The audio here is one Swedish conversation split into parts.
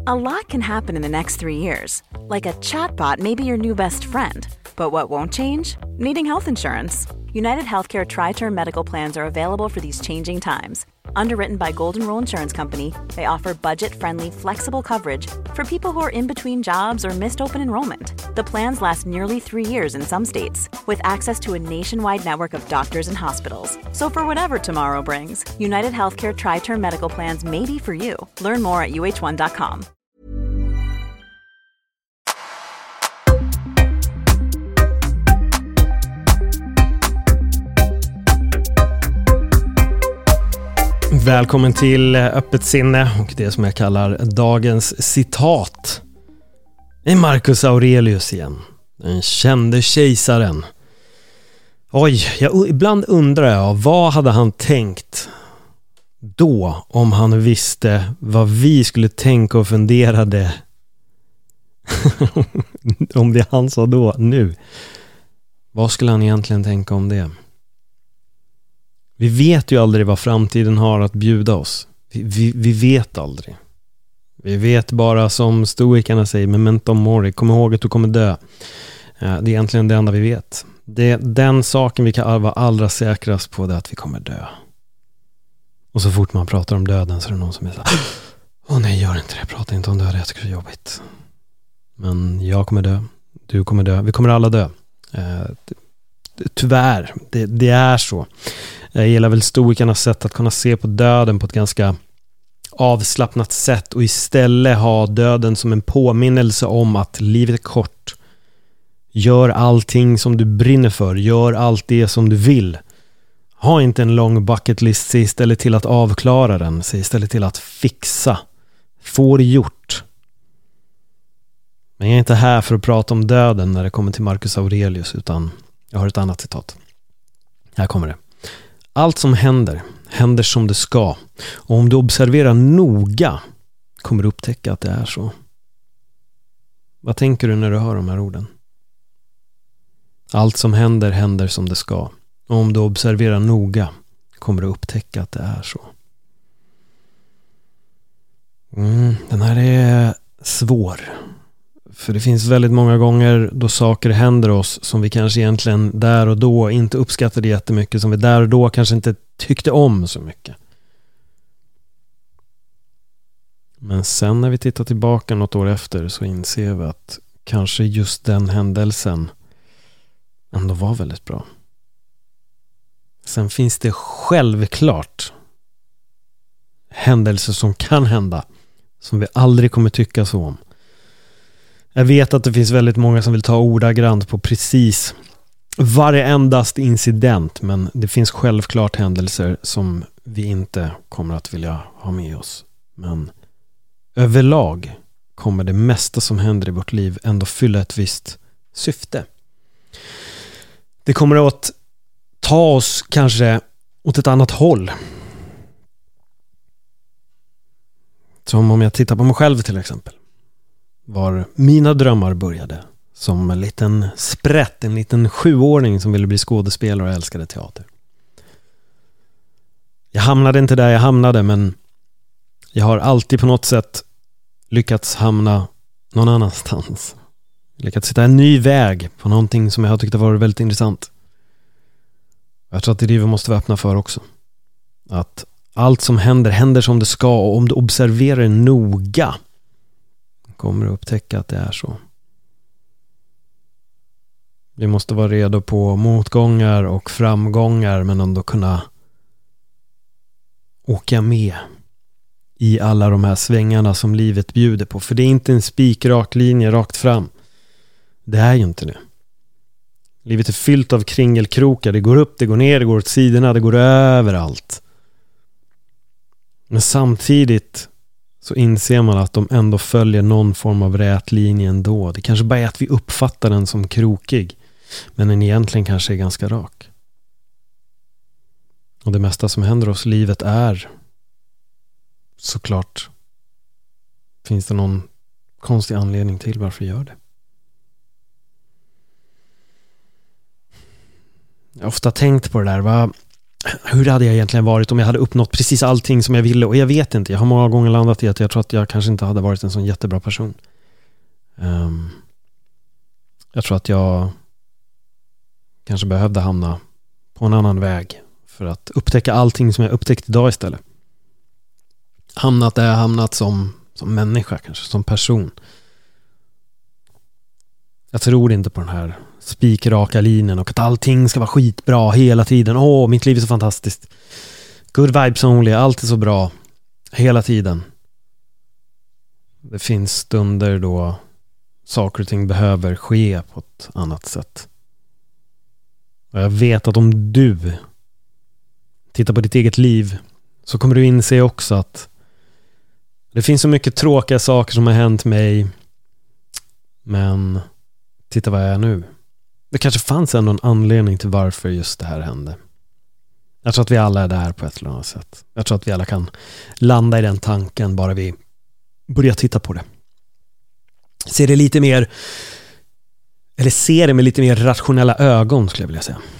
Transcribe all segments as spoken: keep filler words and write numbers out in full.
A lot can happen in the next three years. Like a chatbot may be your new best friend. But what won't change? Needing health insurance. United Healthcare Tri-Term Medical Plans are available for these changing times. Underwritten by Golden Rule Insurance Company, they offer budget-friendly, flexible coverage for people who are in between jobs or missed open enrollment. The plans last nearly three years in some states, with access to a nationwide network of doctors and hospitals. So for whatever tomorrow brings, United Healthcare Tri-Term Medical Plans may be for you. Learn more at U H one dot com. Välkommen till Öppet sinne och det som jag kallar dagens citat. Det är Marcus Aurelius igen, den kände kejsaren. Oj, jag, ibland undrar jag, vad hade han tänkt då om han visste vad vi skulle tänka och funderade om det han sa då, nu. Vad skulle han egentligen tänka om det? Vi vet ju aldrig vad framtiden har att bjuda oss. Vi, vi, vi vet aldrig. Vi vet bara, som stoikerna säger, memento mori, kom ihåg att du kommer dö. Det är egentligen det enda vi vet. Det, den saken vi kan vara allra säkrast på, det är att vi kommer dö. Och så fort man pratar om döden så är det någon som är så här: åh nej, gör inte det, prata inte om döden, jag tycker det är jobbigt. Men jag kommer dö, du kommer dö, vi kommer alla dö. Tyvärr, det, det är så. Jag gillar väl stoikernas sätt att kunna se på döden på ett ganska avslappnat sätt och istället ha döden som en påminnelse om att livet är kort. Gör allting som du brinner för, gör allt det som du vill. Ha inte en lång bucket list, se istället till att avklara den, se istället till att fixa. Få det gjort. Men jag är inte här för att prata om döden när det kommer till Marcus Aurelius, utan jag har ett annat citat. Här kommer det. Allt som händer, händer som det ska. Och om du observerar noga kommer du upptäcka att det är så. Vad tänker du när du hör de här orden? Allt som händer, händer som det ska. Och om du observerar noga kommer du upptäcka att det är så. Mm, den här är svår. För det finns väldigt många gånger då saker händer oss som vi kanske egentligen där och då inte uppskattade jättemycket, som vi där och då kanske inte tyckte om så mycket. Men sen när vi tittar tillbaka något år efter så inser vi att kanske just den händelsen ändå var väldigt bra. Sen finns det självklart händelser som kan hända som vi aldrig kommer tycka så om. Jag vet att det finns väldigt många som vill ta ordagrant på precis varje endast incident, men det finns självklart händelser som vi inte kommer att vilja ha med oss. Men överlag kommer det mesta som händer i vårt liv ändå fylla ett visst syfte. Det kommer att ta oss kanske åt ett annat håll. Som om jag tittar på mig själv till exempel. Var mina drömmar började som en liten sprätt, en liten sjuåring som ville bli skådespelare och älskade teater. Jag hamnade inte där jag hamnade, men jag har alltid på något sätt lyckats hamna någon annanstans. Lyckats hitta en ny väg på någonting som jag har tyckt har varit väldigt intressant. Jag tror att det är det vi måste vara öppna för också. Att allt som händer, händer som det ska, och om du observerar noga kommer du upptäcka att det är så. Vi måste vara redo på motgångar och framgångar, men ändå kunna åka med i alla de här svängarna som livet bjuder på. För det är inte en spikrak linje rakt fram. Det är ju inte det. Livet är fyllt av kringelkrokar. Det går upp, det går ner, det går åt sidorna, det går överallt. Men samtidigt så inser man att de ändå följer någon form av rät linje ändå. Det kanske bara är att vi uppfattar den som krokig, men den egentligen kanske är ganska rak. Och det mesta som händer oss i livet är såklart, finns det någon konstig anledning till varför vi gör det. Jag har ofta tänkt på det där, va? hur hade jag egentligen varit om jag hade uppnått precis allting som jag ville? Och jag vet inte, jag har många gånger landat i att jag tror att jag kanske inte hade varit en sån jättebra person. Um, jag tror att jag kanske behövde hamna på en annan väg för att upptäcka allting som jag upptäckt idag istället. Hamnat där jag hamnat som, som människa, kanske som person. Jag tror inte på den här spikraka linjen och att allting ska vara skitbra hela tiden. Åh, mitt liv är så fantastiskt. Good vibes only, allt är så bra hela tiden. Det finns stunder då saker och ting behöver ske på ett annat sätt. Och jag vet att om du tittar på ditt eget liv så kommer du inse också att det finns så mycket tråkiga saker som har hänt mig, men titta vad jag är nu. Det kanske fanns ändå en anledning till varför just det här hände. Jag tror att vi alla är där på ett eller annat sätt. Jag tror att vi alla kan landa i den tanken bara vi börjar titta på det. Se det lite mer, eller se det med lite mer rationella ögon, skulle jag vilja säga.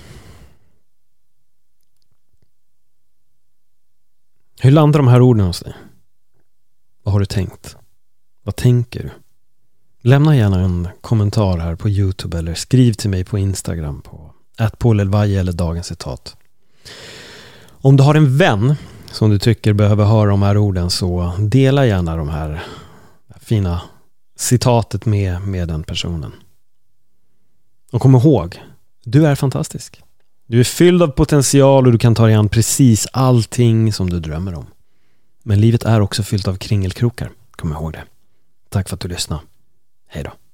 Hur landar de här orden hos dig? Vad har du tänkt? Vad tänker du? Lämna gärna en kommentar här på YouTube eller skriv till mig på Instagram på at paul elvaje eller dagens citat. Om du har en vän som du tycker behöver höra de här orden, så dela gärna de här fina citatet med, med den personen. Och kom ihåg, du är fantastisk. Du är fylld av potential och du kan ta dig an precis allting som du drömmer om. Men livet är också fyllt av kringelkrokar. Kom ihåg det. Tack för att du lyssnade. Hej då.